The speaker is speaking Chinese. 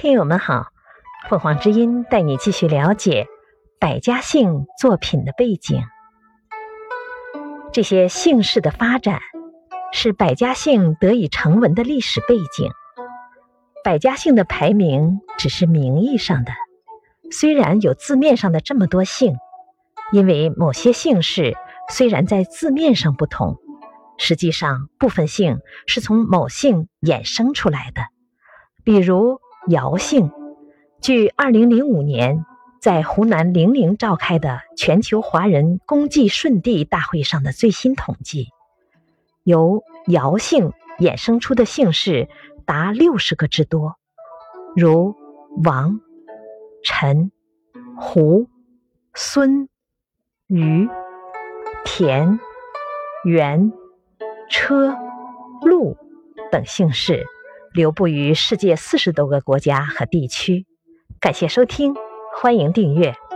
听友们好，凤凰之音带你继续了解百家姓作品的背景。这些姓氏的发展是百家姓得以成文的历史背景。百家姓的排名只是名义上的，虽然有字面上的这么多姓，因为某些姓氏虽然在字面上不同，实际上部分姓是从某姓衍生出来的。比如姚姓，据2005年在湖南零陵召开的全球华人公祭舜帝大会上的最新统计，由姚姓衍生出的姓氏达60个之多，如王、陈、胡、孙、于、田、袁、车、陆等姓氏流布于世界40多个国家和地区。感谢收听，欢迎订阅。